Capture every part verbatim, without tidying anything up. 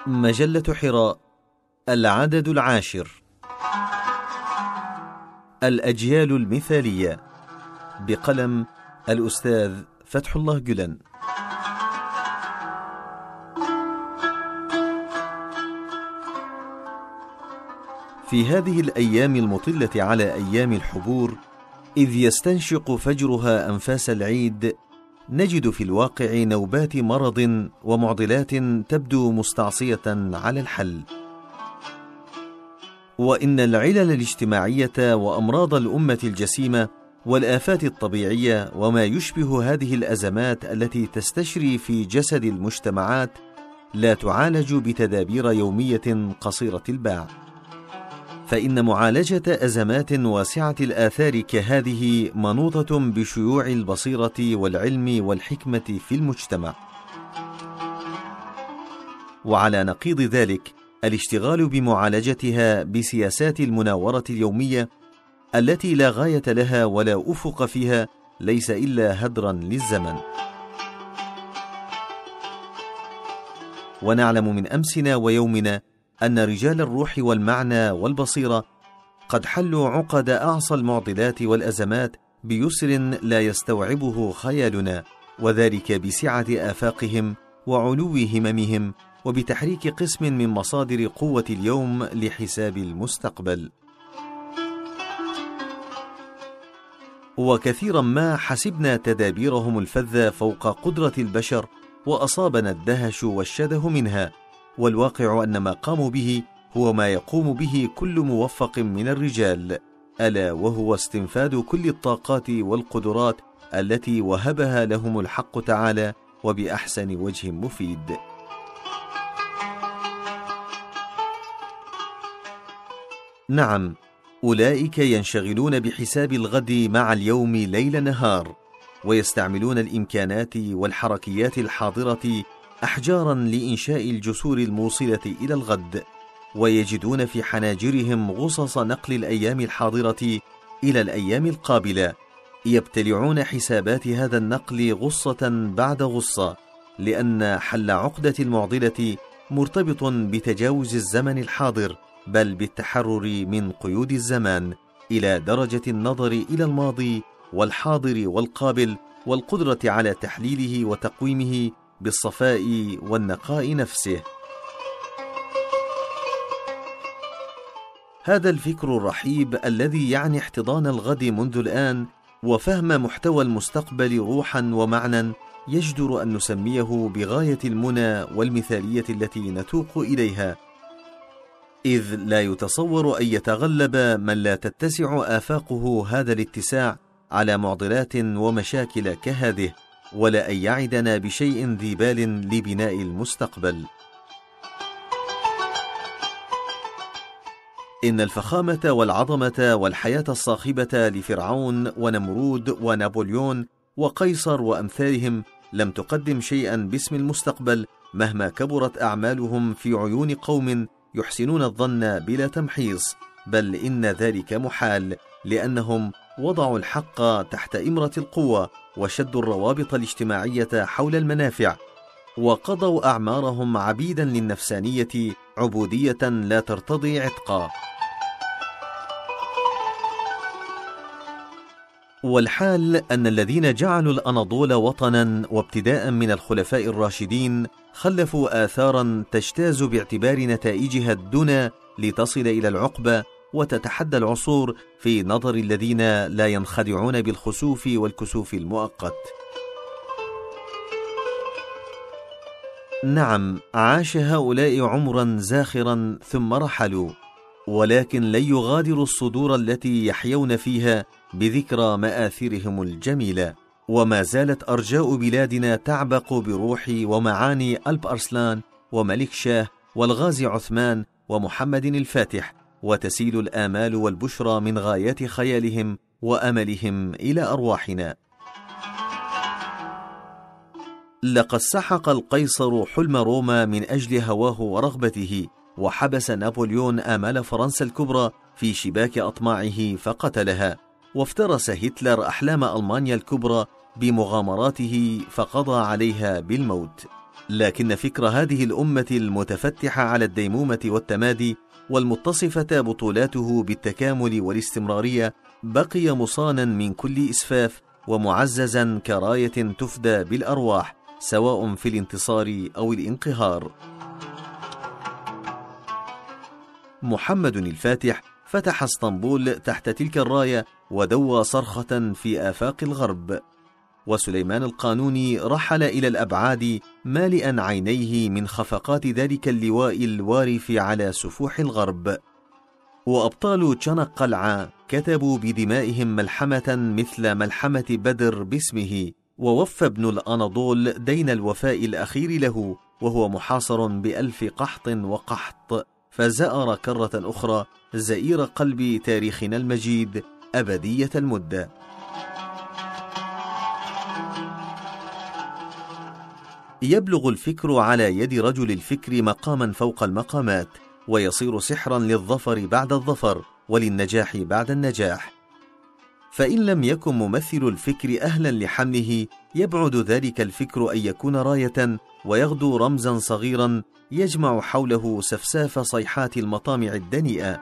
مجلة حراء، العدد العاشر، الأجيال المثالية، بقلم الأستاذ فتح الله جلن. في هذه الأيام المطلة على أيام الحبور، إذ يستنشق فجرها أنفاس العيد، نجد في الواقع نوبات مرض ومعضلات تبدو مستعصية على الحل. وإن العلل الاجتماعية وأمراض الأمة الجسيمة والآفات الطبيعية وما يشبه هذه الأزمات التي تستشري في جسد المجتمعات لا تعالج بتدابير يومية قصيرة الباع، فإن معالجة أزمات واسعة الآثار كهذه منوطة بشيوع البصيرة والعلم والحكمة في المجتمع. وعلى نقيض ذلك الاشتغال بمعالجتها بسياسات المناورة اليومية التي لا غاية لها ولا أفق فيها ليس إلا هدرا للزمن. ونعلم من أمسنا ويومنا أن رجال الروح والمعنى والبصيرة قد حلوا عقد أعصى المعضلات والأزمات بيسر لا يستوعبه خيالنا، وذلك بسعة آفاقهم وعلو هممهم وبتحريك قسم من مصادر قوة اليوم لحساب المستقبل. وكثيرا ما حسبنا تدابيرهم الفذة فوق قدرة البشر وأصابنا الدهش والشده منها، والواقع أن ما قاموا به هو ما يقوم به كل موفق من الرجال، ألا وهو استنفاد كل الطاقات والقدرات التي وهبها لهم الحق تعالى وبأحسن وجه مفيد. نعم، أولئك ينشغلون بحساب الغد مع اليوم ليل نهار، ويستعملون الإمكانات والحركيات الحاضرة أحجارا لإنشاء الجسور الموصلة إلى الغد، ويجدون في حناجرهم غصص نقل الأيام الحاضرة إلى الأيام القابلة، يبتلعون حسابات هذا النقل غصة بعد غصة، لأن حل عقدة المعضلة مرتبط بتجاوز الزمن الحاضر، بل بالتحرر من قيود الزمان إلى درجة النظر إلى الماضي والحاضر والقابل والقدرة على تحليله وتقويمه بالصفاء والنقاء نفسه. هذا الفكر الرحيب الذي يعني احتضان الغد منذ الآن وفهم محتوى المستقبل روحا ومعنى يجدر أن نسميه بغاية المنى والمثالية التي نتوق إليها، إذ لا يتصور أن يتغلب من لا تتسع آفاقه هذا الاتساع على معضلات ومشاكل كهذه، ولا أن يعدنا بشيء ذي بال لبناء المستقبل. إن الفخامة والعظمة والحياة الصاخبة لفرعون ونمرود ونابليون وقيصر وأمثالهم لم تقدم شيئا باسم المستقبل مهما كبرت أعمالهم في عيون قوم يحسنون الظن بلا تمحيص، بل إن ذلك محال، لأنهم وضعوا الحق تحت إمرة القوة وشدوا الروابط الاجتماعية حول المنافع، وقضوا أعمارهم عبيدا للنفسانية عبودية لا ترتضي عتقا. والحال أن الذين جعلوا الأناضول وطنا وابتداء من الخلفاء الراشدين خلفوا آثارا تجتاز باعتبار نتائجها الدنا لتصل إلى العقبة وتتحدى العصور في نظر الذين لا ينخدعون بالخسوف والكسوف المؤقت. نعم، عاش هؤلاء عمرا زاخرا ثم رحلوا، ولكن لن يغادروا الصدور التي يحيون فيها بذكرى مآثرهم الجميلة، وما زالت أرجاء بلادنا تعبق بروح ومعاني ألب أرسلان وملك شاه والغازي عثمان ومحمد الفاتح، وتسيل الآمال والبشرى من غايات خيالهم وأملهم إلى أرواحنا. لقد سحق القيصر حلم روما من أجل هواه ورغبته، وحبس نابليون آمال فرنسا الكبرى في شباك أطماعه فقتلها، وافترس هتلر أحلام ألمانيا الكبرى بمغامراته فقضى عليها بالموت. لكن فكر هذه الأمة المتفتحة على الديمومة والتمادي والمتصفة بطولاته بالتكامل والاستمرارية بقي مصانا من كل إسفاف ومعززا كراية تفدى بالأرواح، سواء في الانتصار أو الانقهار. محمد الفاتح فتح اسطنبول تحت تلك الراية ودوى صرخة في آفاق الغرب، وسليمان القانوني رحل إلى الأبعاد مالئا عينيه من خفقات ذلك اللواء الوارف على سفوح الغرب. وأبطال تشانق قلعة كتبوا بدمائهم ملحمة مثل ملحمة بدر باسمه، ووفى ابن الأناضول دين الوفاء الأخير له وهو محاصر بألف قحط وقحط، فزأر كرة أخرى زئير قلب تاريخنا المجيد أبدية المدة. يبلغ الفكر على يد رجل الفكر مقاما فوق المقامات، ويصير سحرا للظفر بعد الظفر وللنجاح بعد النجاح. فإن لم يكن ممثل الفكر أهلا لحمله، يبعد ذلك الفكر أن يكون راية ويغدو رمزا صغيرا يجمع حوله سفساف صيحات المطامع الدنيئة.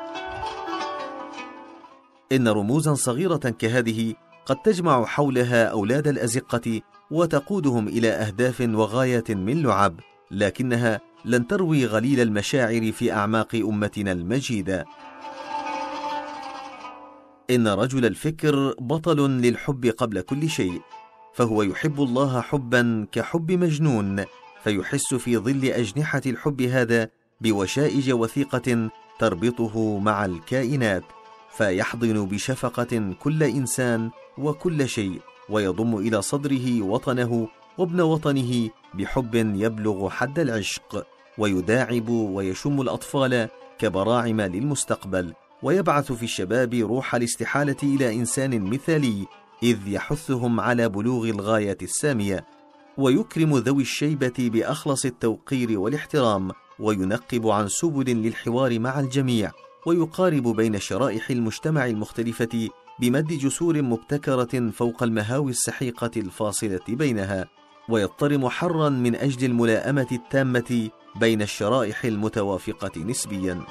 إن رموزا صغيرة كهذه قد تجمع حولها أولاد الأزقة وتقودهم إلى أهداف وغايات من لعب، لكنها لن تروي غليل المشاعر في أعماق أمتنا المجيدة. إن رجل الفكر بطل للحب قبل كل شيء، فهو يحب الله حبا كحب مجنون، فيحس في ظل أجنحة الحب هذا بوشائج وثيقة تربطه مع الكائنات، فيحضن بشفقة كل إنسان وكل شيء، ويضم إلى صدره وطنه وابن وطنه بحب يبلغ حد العشق، ويداعب ويشم الأطفال كبراعم للمستقبل، ويبعث في الشباب روح الاستحالة إلى إنسان مثالي، إذ يحثهم على بلوغ الغاية السامية، ويكرم ذوي الشيبة بأخلص التوقير والاحترام، وينقب عن سبل للحوار مع الجميع، ويقارب بين شرائح المجتمع المختلفة بمد جسور مبتكرة فوق المهاوي السحيقة الفاصلة بينها، ويضطرم حرا من أجل الملائمة التامة بين الشرائح المتوافقة نسبيا.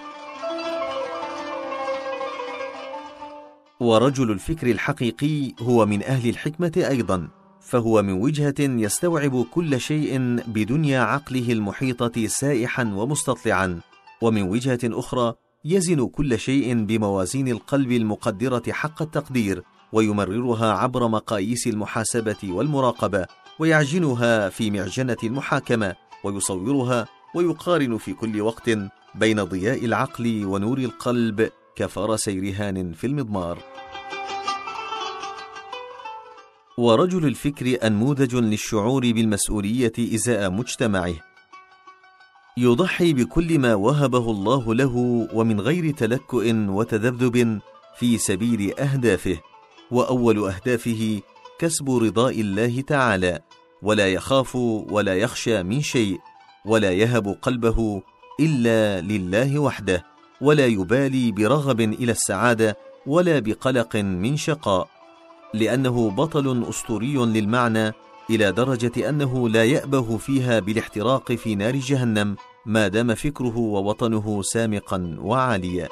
ورجل الفكر الحقيقي هو من أهل الحكمة أيضا، فهو من وجهة يستوعب كل شيء بدنيا عقله المحيطة سائحا ومستطلعا، ومن وجهة أخرى يزن كل شيء بموازين القلب المقدرة حق التقدير، ويمررها عبر مقاييس المحاسبة والمراقبة، ويعجنها في معجنة المحاكمة، ويصورها ويقارن في كل وقت بين ضياء العقل ونور القلب كفرسي رهان في المضمار. ورجل الفكر أنموذج للشعور بالمسؤولية إزاء مجتمعه، يضحي بكل ما وهبه الله له ومن غير تلكؤ وتذبذب في سبيل أهدافه، وأول أهدافه كسب رضاء الله تعالى، ولا يخاف ولا يخشى من شيء، ولا يهب قلبه إلا لله وحده، ولا يبالي برغب إلى السعادة ولا بقلق من شقاء، لأنه بطل أسطوري للمعنى إلى درجة أنه لا يأبه فيها بالاحتراق في نار جهنم ما دام فكره ووطنه سامقا وعاليا.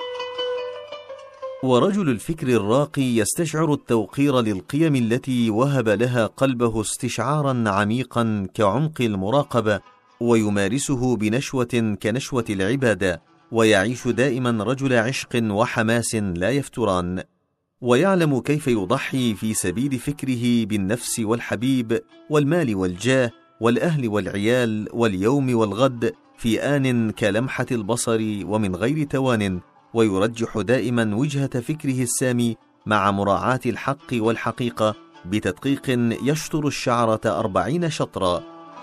ورجل الفكر الراقي يستشعر التوقير للقيم التي وهب لها قلبه استشعارا عميقا كعمق المراقبة، ويمارسه بنشوة كنشوة العبادة، ويعيش دائما رجل عشق وحماس لا يفتران، ويعلم كيف يضحي في سبيل فكره بالنفس والحبيب والمال والجاه والأهل والعيال واليوم والغد في آن كلمحة البصر ومن غير توان، ويرجح دائما وجهة فكره السامي مع مراعاة الحق والحقيقة بتدقيق يشطر الشعرة أربعين شطرا.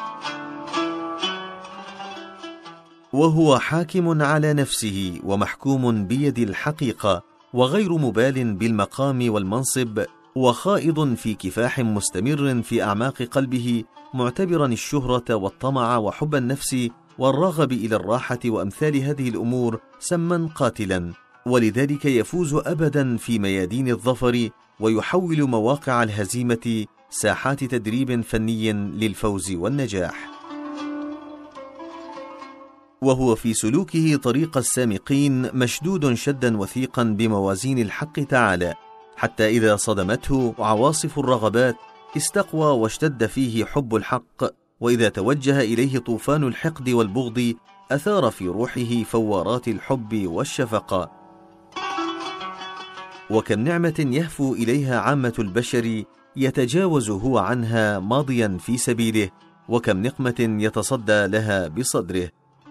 وهو حاكم على نفسه ومحكوم بيد الحقيقة، وغير مبال بالمقام والمنصب، وخائض في كفاح مستمر في أعماق قلبه، معتبرا الشهرة والطمع وحب النفس والرغب إلى الراحة وأمثال هذه الأمور سما قاتلا، ولذلك يفوز أبدا في ميادين الظفر، ويحول مواقع الهزيمة ساحات تدريب فني للفوز والنجاح. وهو في سلوكه طريق السامقين مشدود شدا وثيقا بموازين الحق تعالى، حتى إذا صدمته عواصف الرغبات استقوى واشتد فيه حب الحق، وإذا توجه إليه طوفان الحقد والبغض أثار في روحه فوارات الحب والشفقة. وكم نعمة يهفو إليها عامة البشر يتجاوز هو عنها ماضيا في سبيله، وكم نقمة يتصدى لها بصدره.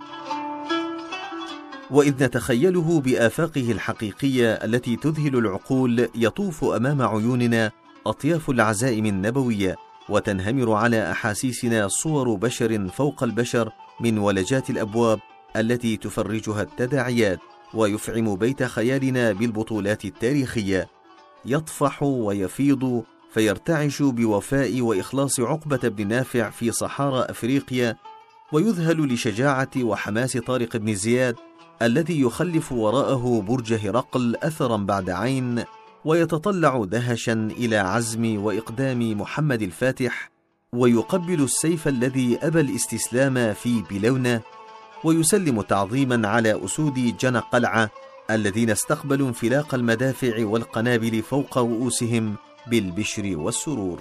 وإذ نتخيله بآفاقه الحقيقية التي تذهل العقول يطوف أمام عيوننا أطياف العزائم النبوية، وتنهمر على أحاسيسنا صور بشر فوق البشر من ولجات الأبواب التي تفرجها التداعيات، ويفعم بيت خيالنا بالبطولات التاريخية. يطفح ويفيض فيرتعش بوفاء وإخلاص عقبة بن نافع في صحارى أفريقيا، ويذهل لشجاعة وحماس طارق بن زياد الذي يخلف وراءه برج هرقل أثرا بعد عين، ويتطلع دهشا إلى عزم وإقدام محمد الفاتح، ويقبل السيف الذي أبى الاستسلام في بلونة، ويسلم تعظيما على أسود جنى قلعة الذين استقبلوا انفلاق المدافع والقنابل فوق رؤوسهم بالبشر والسرور.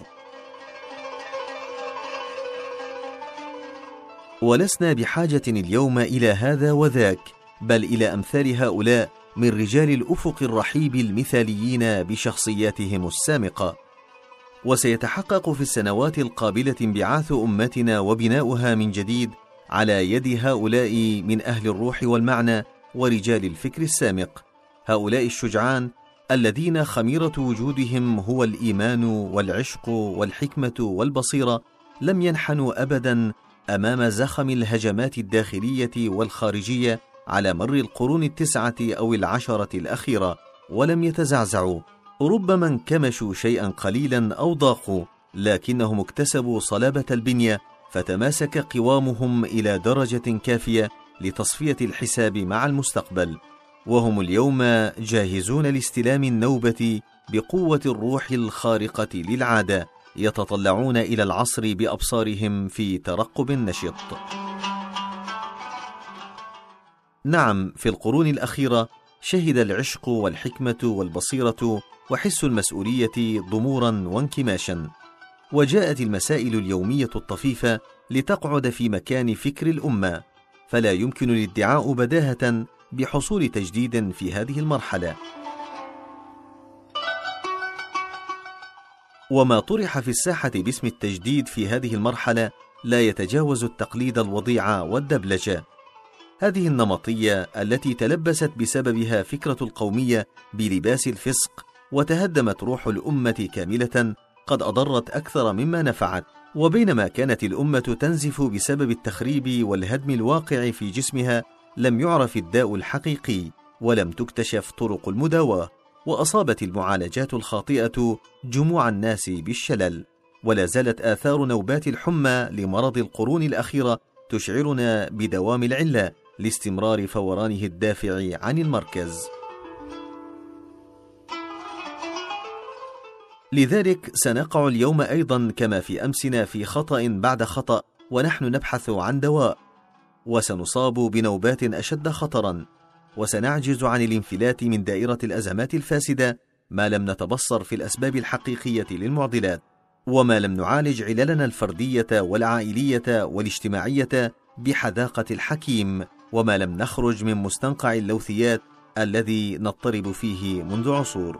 ولسنا بحاجة اليوم إلى هذا وذاك، بل إلى أمثال هؤلاء من رجال الأفق الرحيب المثاليين بشخصياتهم السامقة. وسيتحقق في السنوات القابلة انبعاث أمتنا وبناؤها من جديد على يد هؤلاء من أهل الروح والمعنى ورجال الفكر السامق، هؤلاء الشجعان الذين خميرة وجودهم هو الإيمان والعشق والحكمة والبصيرة، لم ينحنوا أبدا أمام زخم الهجمات الداخلية والخارجية على مر القرون التسعة أو العشرة الأخيرة، ولم يتزعزعوا. ربما انكمشوا شيئا قليلا أو ضاقوا، لكنهم اكتسبوا صلابة البنية، فتماسك قوامهم إلى درجة كافية لتصفية الحساب مع المستقبل، وهم اليوم جاهزون لاستلام النوبة بقوة الروح الخارقة للعادة، يتطلعون إلى العصر بأبصارهم في ترقب نشط. نعم، في القرون الأخيرة شهد العشق والحكمة والبصيرة وحس المسؤولية ضمورا وانكماشا، وجاءت المسائل اليومية الطفيفة لتقعد في مكان فكر الأمة، فلا يمكن الادعاء بداهة بحصول تجديد في هذه المرحلة. وما طرح في الساحة باسم التجديد في هذه المرحلة لا يتجاوز التقليد الوضيع والدبلجة، هذه النمطية التي تلبست بسببها فكرة القومية بلباس الفسق، وتهدمت روح الأمة كاملة، قد أضرت أكثر مما نفعت. وبينما كانت الأمة تنزف بسبب التخريب والهدم الواقع في جسمها، لم يعرف الداء الحقيقي، ولم تكتشف طرق المداواة، وأصابت المعالجات الخاطئة جموع الناس بالشلل، ولا زالت آثار نوبات الحمى لمرض القرون الأخيرة تشعرنا بدوام العلة لاستمرار فورانه الدافع عن المركز. لذلك سنقع اليوم أيضا كما في أمسنا في خطأ بعد خطأ، ونحن نبحث عن دواء، وسنصاب بنوبات أشد خطرا، وسنعجز عن الانفلات من دائرة الأزمات الفاسدة ما لم نتبصر في الأسباب الحقيقية للمعضلات، وما لم نعالج عللنا الفردية والعائلية والاجتماعية بحذاقة الحكيم، وما لم نخرج من مستنقع اللوثيات الذي نضطرب فيه منذ عصور.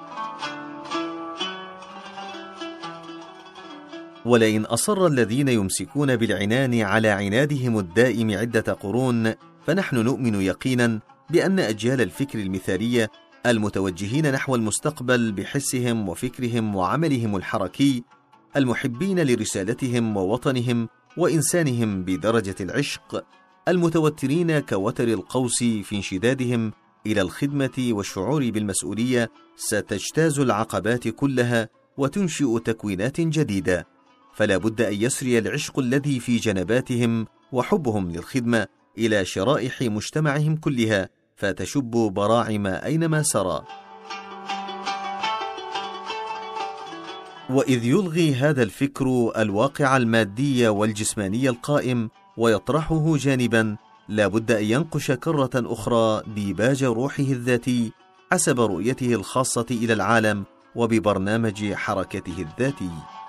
ولئن أصر الذين يمسكون بالعنان على عنادهم الدائم عدة قرون، فنحن نؤمن يقينا بأن أجيال الفكر المثالية المتوجهين نحو المستقبل بحسهم وفكرهم وعملهم الحركي، المحبين لرسالتهم ووطنهم وإنسانهم بدرجة العشق، المتوترين كوتر القوس في انشدادهم إلى الخدمة والشعور بالمسؤولية، ستجتاز العقبات كلها وتنشئ تكوينات جديدة. فلا بد أن يسري العشق الذي في جنباتهم وحبهم للخدمة إلى شرائح مجتمعهم كلها، فتشب براعم أينما سرى. وإذ يلغي هذا الفكر الواقع المادي والجسماني القائم ويطرحه جانبا، لا بد أن ينقش كرة أخرى ديباج روحه الذاتي حسب رؤيته الخاصة إلى العالم وببرنامج حركته الذاتي.